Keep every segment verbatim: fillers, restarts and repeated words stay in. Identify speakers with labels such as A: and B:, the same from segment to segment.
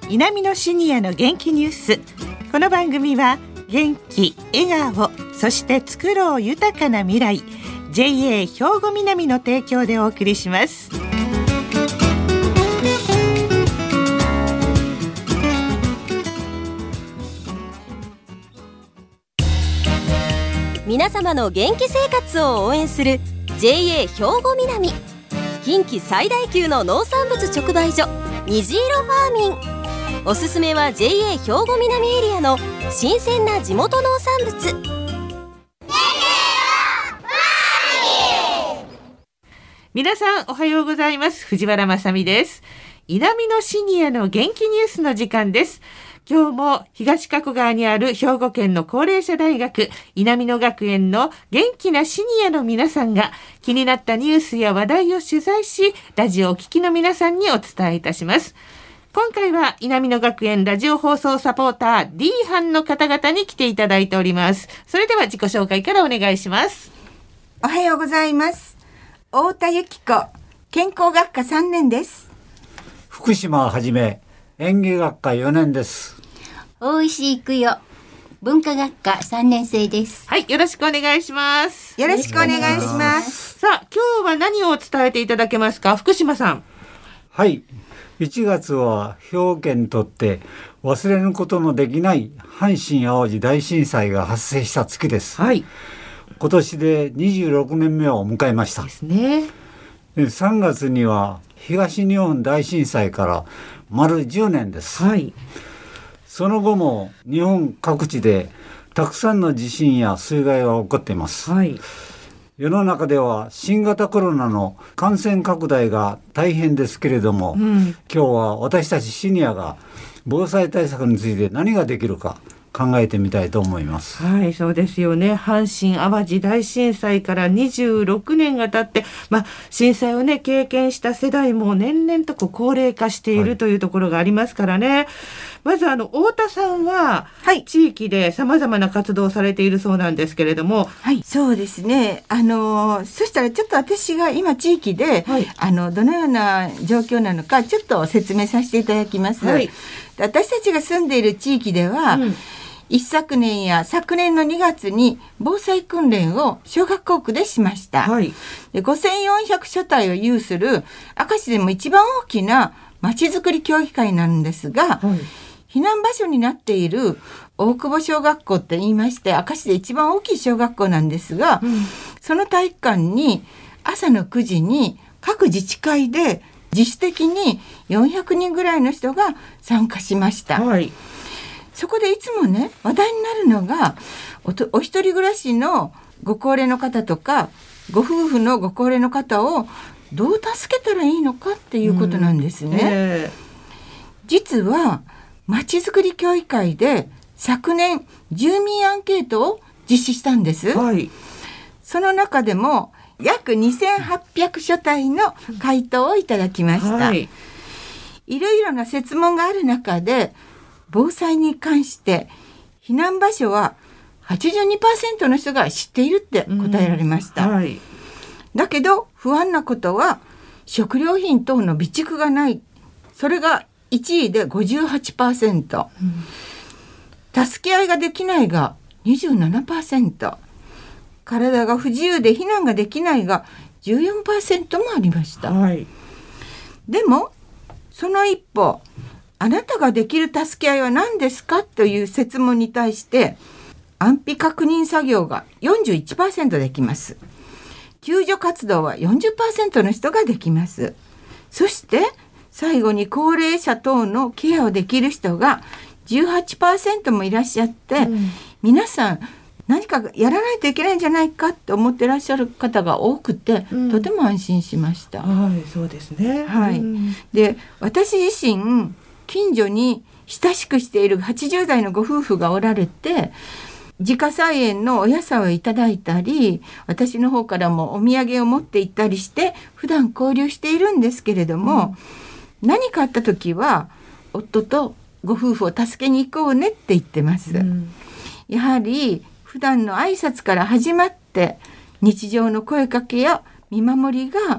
A: 南のシニアの元気ニュース。この番組は元気、笑顔、そして作ろう豊かな未来 ジェイエー 兵庫南の提供でお送りします。
B: 皆様の元気生活を応援する ジェイエー 兵庫南、近畿最大級の農産物直売所にじいろファーミン。おすすめは ジェイエー 兵庫南エリアの新鮮な地元農産物。
A: 皆さんおはようございます。藤原まさみです。南のシニアの元気ニュースの時間です。今日も東加古川にある兵庫県の高齢者大学南野学園の元気なシニアの皆さんが気になったニュースや話題を取材し、ラジオをお聞きの皆さんにお伝えいたします。今回は南野学園ラジオ放送サポーター D 班の方々に来ていただいております。それでは自己紹介からお願いします。
C: おはようございます。太田由紀子、健康学科さんねんです。
D: 福島はじめ、園芸学科よねんです。
E: 大石育代、文化学科さんねん生です。
A: はい、よろしくお願いします。
C: よろしくお願いします。
A: さあ、今日は何を伝えていただけますか、福島さん。
D: はい、いちがつは兵庫県にとって忘れることのできない阪神淡路大震災が発生した月です。
A: はい。
D: 今年でにじゅうろくねんめを迎えました。
A: ですね。
D: さんがつには東日本大震災から丸じゅうねんです。
A: はい。
D: その後も日本各地でたくさんの地震や水害が起こっています。
A: はい。
D: 世の中では新型コロナの感染拡大が大変ですけれども、うん、今日は私たちシニアが防災対策について何ができるか考えてみたいと思います。
A: はい、そうですよね。阪神淡路大震災からにじゅうろくねんが経って、まあ、震災をね経験した世代も年々とこう高齢化しているというところがありますからね、はい、まずあの太田さんは、はい、地域でさまざまな活動をされているそうなんですけれども。
C: はい、そうですね。あのそしたらちょっと私が今地域で、はい、あのどのような状況なのかちょっと説明させていただきます。はい、私たちが住んでいる地域では、うん、一昨年や昨年のにがつに防災訓練を小学校区でしました。はい、でごせんよんひゃくしょたいを有する明石でも一番大きなまちづくり協議会なんですが、はい、避難場所になっている大久保小学校って言いまして、明石で一番大きい小学校なんですが、うん、その体育館に朝のくじに各自治会で自主的によんひゃくにんぐらいの人が参加しました。はい、そこでいつもね話題になるのが お, とお一人暮らしのご高齢の方とかご夫婦のご高齢の方をどう助けたらいいのかっていうことなんですね。うんえー、実はまちづくり協議会で昨年住民アンケートを実施したんです。はい、その中でも約にせんはっぴゃくしょたいの回答をいただきました。はい、いろいろな設問がある中で防災に関して避難場所は はちじゅうにパーセント の人が知っているって答えられました。うんはい、だけど不安なことは食料品等の備蓄がない、それがいちいで ごじゅうはちパーセント、うん、助け合いができないが にじゅうななパーセント、 体が不自由で避難ができないが じゅうよんパーセント もありました。はい、でもその一方、あなたができる助け合いは何ですかという設問に対して安否確認作業が よんじゅういちパーセント できます。救助活動は よんじゅっパーセント の人ができます。そして最後に高齢者等のケアをできる人が じゅうはちパーセント もいらっしゃって、うん、皆さん何かやらないといけないんじゃないかって思ってらっしゃる方が多くて、うん、とても安心しました。
A: はい、そうですね。
C: はい、うん、で私自身近所に親しくしているはちじゅうだいのご夫婦がおられて、自家菜園のお野菜をいただいたり、私の方からもお土産を持って行ったりして普段交流しているんですけれども、うん、何かあった時は夫とご夫婦を助けに行こうねって言ってます。うん、やはり普段の挨拶から始まって日常の声かけや見守りが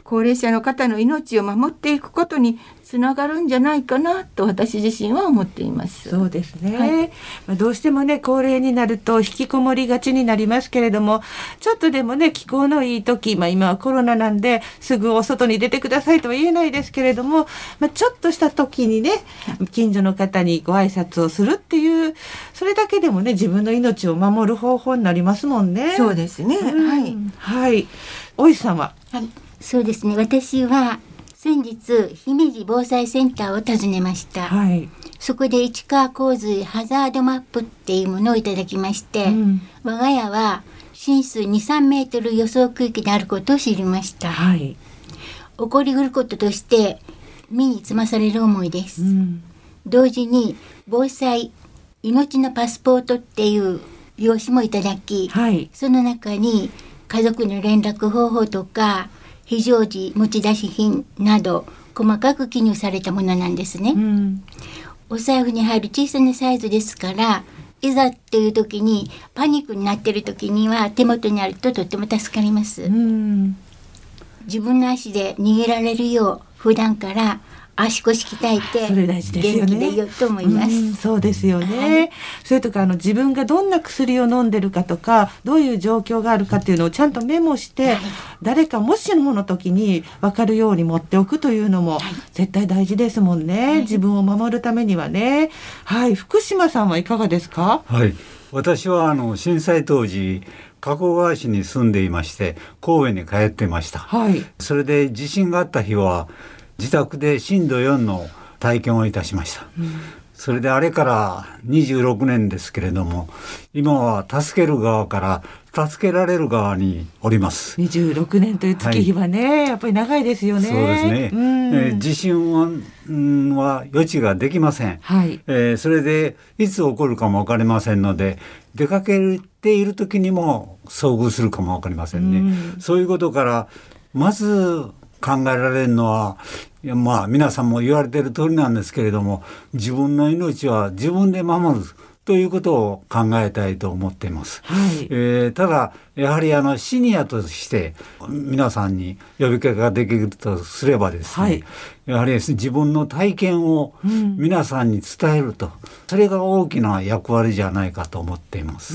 C: 高齢者の方の命を守っていくことにつながるんじゃないかなと私自身は思っています。
A: そうですね、
C: はい、
A: まあ、どうしてもね高齢になると引きこもりがちになりますけれども、ちょっとでもね気候のいい時、まあ、今はコロナなんですぐお外に出てくださいとは言えないですけれども、まあ、ちょっとした時にね近所の方にご挨拶をするっていう、それだけでもね自分の命を守る方法になりますもんね。
C: そうですね、
A: うん、
C: はい、
A: はい、大石さんは。
E: はい、そうですね。私は先日姫路防災センターを訪ねました、
A: はい、
E: そこで市川洪水ハザードマップっていうものをいただきまして、うん、我が家は浸水 にさんメートル予想区域であることを知りました、はい、起こりうることとして身につまされる思いです、うん、同時に防災命のパスポートっていう用紙もいただき、はい、その中に家族の連絡方法とか非常時持ち出し品など細かく記入されたものなんですね、うん、お財布に入る小さなサイズですから、いざっていう時にパニックになっている時には手元にあるととっても助かります、うん、自分の足で逃げられるよう普段から足腰鍛えて
A: それ大事ですよね。
E: 元気でいようと思います、
A: うん、そうですよね、はい、それとかあの自分がどんな薬を飲んでるかとかどういう状況があるかっていうのをちゃんとメモして、はい、誰かもしもの時に分かるように持っておくというのも絶対大事ですもんね、はい、自分を守るためにはね。はい、福島さんはいかがですか？
D: はい、私はあの震災当時加古川市に住んでいまして神戸に帰ってました、はい、それで地震があった日は自宅で震度よんの体験をいたしました、うん、それであれからにじゅうろくねんですけれども、今は助ける側から助けられる側におります。
A: にじゅうろくねんという月日はね、はい、やっぱり長いですよね。
D: そうですね、うん、えー、地震は、うん、は予知ができません、はい、えー、それでいつ起こるかも分かりませんので、出かけている時にも遭遇するかも分かりませんね、うん、そういうことからまず考えられるのは、いや、まあ皆さんも言われている通りなんですけれども、自分の命は自分で守るということを考えたいと思っています、はい、えー、ただやはりあのシニアとして皆さんに呼びかけができるとすればですね、はい、やはり自分の体験を皆さんに伝えると、うん、それが大きな役割じゃないかと思っています、うん、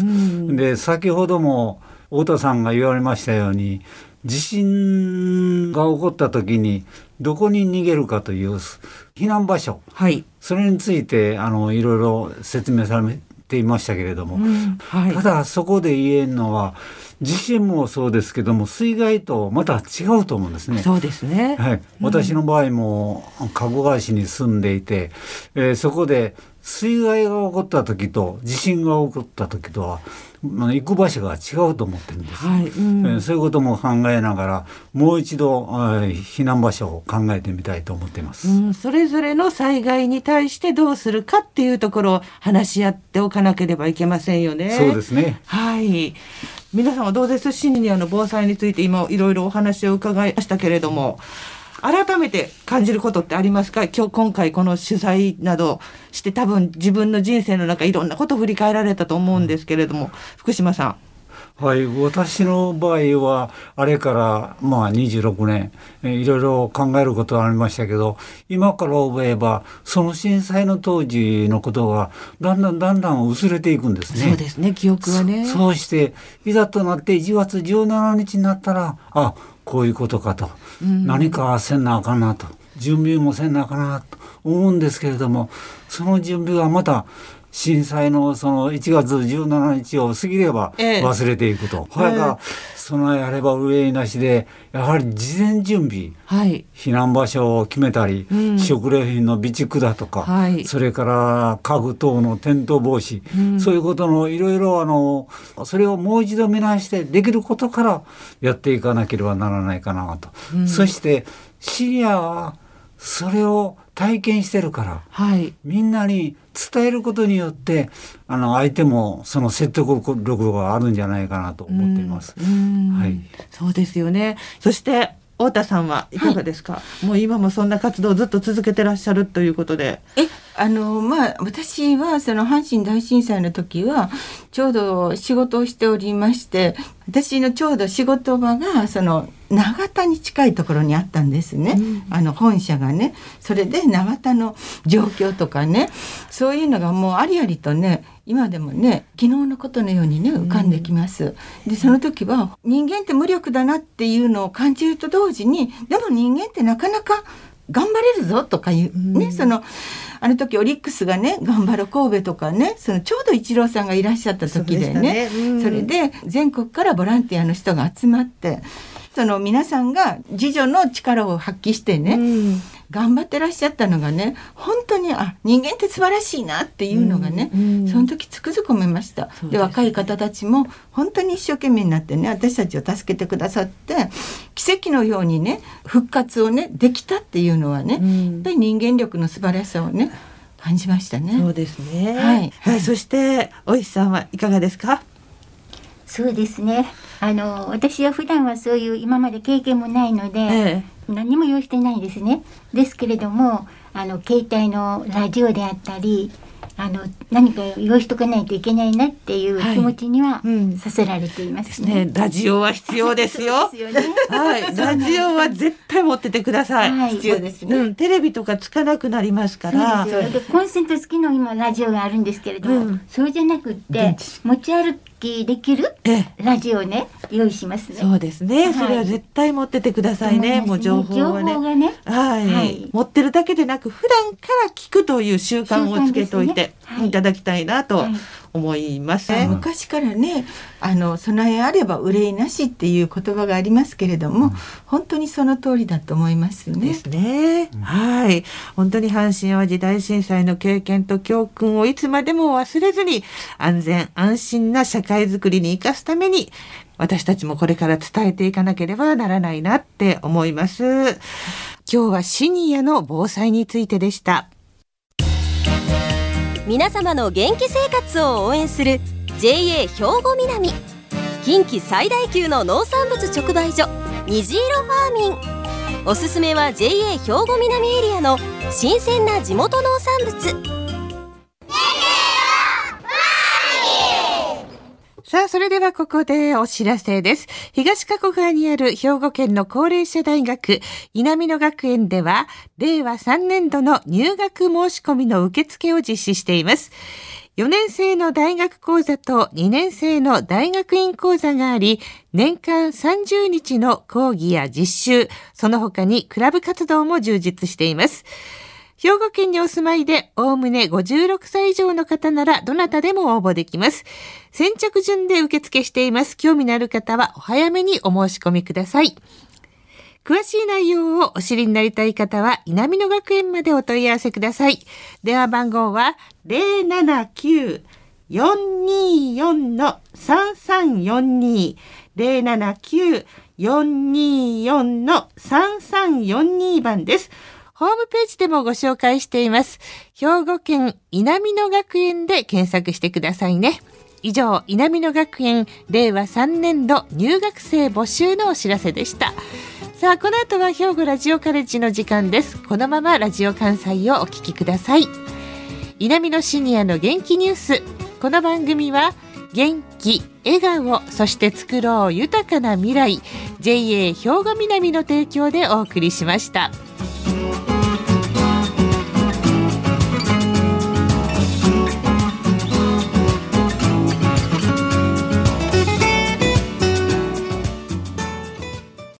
D: で先ほども太田さんが言われましたように、地震が起こった時にどこに逃げるかという避難場所、はい、それについてあのいろいろ説明されていましたけれども、うん、はい、ただそこで言えるのは地震もそうですけども水害とまた違うと思うんですね。
A: そうですね、
D: はい、私の場合も加古川市に住んでいて、えー、そこで水害が起こった時と地震が起こった時とは行く場所が違うと思ってるんです、はい、うん、えー、そういうことも考えながらもう一度、えー、避難場所を考えてみたいと思っています、
A: うん、それぞれの災害に対してどうするかっていうところを話し合っておかなければいけませんよね。
D: そうですね、
A: はい、皆さんはどうです？シニアの防災について今いろいろお話を伺いましたけれども、改めて感じることってありますか？今日今回この取材などして多分自分の人生の中いろんなことを振り返られたと思うんですけれども、福島さん。
D: はい、私の場合はあれからまあにじゅうろくねん、えいろいろ考えることがありましたけど、今から思えばその震災の当時のことがだんだんだんだん薄れていくんですね。
A: そうですね、記憶はね。
D: そ、そうしていざとなっていちがつじゅうしちにちになったら、あ、こういうことかと、うん、何かせんなあかんなと、準備もせんなあかんなと思うんですけれども、その準備はまた震災のそのいちがつじゅうしちにちを過ぎれば忘れていくと、ええ、これが備えあれば憂いなしで、やはり事前準備、はい、避難場所を決めたり、うん、食料品の備蓄だとか、はい、それから家具等の転倒防止、うん、そういうことのいろいろあのそれをもう一度見直してできることからやっていかなければならないかなと、うん、そしてシニアはそれを体験してるから、はい、みんなに伝えることによってあの相手もその説得力があるんじゃないかなと思っています。
A: うん、はい、そうですよね。そして太田さんはいかがですか？はい、もう今もそんな活動をずっと続けてらっしゃるということで。
E: え
C: あのまあ私はその阪神大震災の時はちょうど仕事をしておりまして、私のちょうど仕事場がその長田に近いところにあったんですね、うん、あの本社がね。それで長田の状況とかね、そういうのがもうありありとね、今でもね昨日のことのようにね浮かんできます、うん、でその時は人間って無力だなっていうのを感じると同時に、でも人間ってなかなか頑張れるぞとかいうね、うん、そのあの時オリックスがね頑張ろ神戸とかね、そのちょうどイチローさんがいらっしゃった時で ね, そ, で、ねうん、それで全国からボランティアの人が集まって、その皆さんが自助の力を発揮してね、うん、頑張ってらっしゃったのがね、本当にあ人間って素晴らしいなっていうのがね、うんうん、その時つくづく思いました。 で, で若い方たちも本当に一生懸命になってね、私たちを助けてくださって、奇跡のようにね復活をねできたっていうのはね、うん、やっぱり人間力の素晴らしさをね感じましたね。
A: そうですね、
C: はい
A: はい、そしてお石さんはいかがですか？
E: そうですね、あの私は普段はそういう今まで経験もないので、ええ、何も用意してないんですね。ですけれども、あの携帯のラジオであったり、あの何か用意しとかないといけないなっていう気持ちにはさせられていますね、
A: はいうん、ですね。ラジオは必要ですよ。ですよね、はい、ラジオは絶対持っててください、
C: はい、必要ですね、
A: うん、テレビとかつかなくなりますから。
E: そうですよ。でコンセント付きの今ラジオがあるんですけれども、うん、それじゃなくって持ち歩きできるラジオをね用意しますね。
A: そうですね、はい、それは絶対持っててくださいね。もう情報はね、
E: 情報がね、
A: はいはい、持ってるだけでなく普段から聞くという習慣をつけておいていただきたいなと思います、
C: はいはい、昔からね、あの備えあれば憂いなしっていう言葉がありますけれども、うん、本当にその通りだと思いますね。
A: ですね、うん、はい、本当に阪神淡路大震災の経験と教訓をいつまでも忘れずに、安全安心な社会づくりに生かすために私たちもこれから伝えていかなければならないなって思います。今日はシニアの防災についてでした。
B: 皆様の元気生活を応援する ジェイエー 兵庫南、近畿最大級の農産物直売所虹色ファーミン。おすすめは ジェイエー 兵庫南エリアの新鮮な地元農産物。
A: さあ、それではここでお知らせです。東加古川にある兵庫県の高齢者大学稲美野学園では、れいわさんねんどの入学申し込みの受付を実施しています。よねん生の大学講座とにねん生の大学院講座があり、年間さんじゅうにちの講義や実習、その他にクラブ活動も充実しています。兵庫県にお住まいでおおむねごじゅうろくさい以上の方ならどなたでも応募できます。先着順で受付しています。興味のある方はお早めにお申し込みください。詳しい内容をお知りになりたい方は稲美野学園までお問い合わせください。電話番号は ゼロななきゅう よんにーよん さんさんよんに ゼロななきゅう よんにーよん さんさんよんに 番です。ホームページでもご紹介しています。兵庫県稲美野学園で検索してくださいね。以上、稲美野学園れいわさんねんど入学生募集のお知らせでした。さあ、この後は兵庫ラジオカレッジの時間です。このままラジオ関西をお聞きください。稲美野シニアの元気ニュース。この番組は元気、笑顔、そして作ろう豊かな未来 ジェイエー 兵庫南の提供でお送りしました。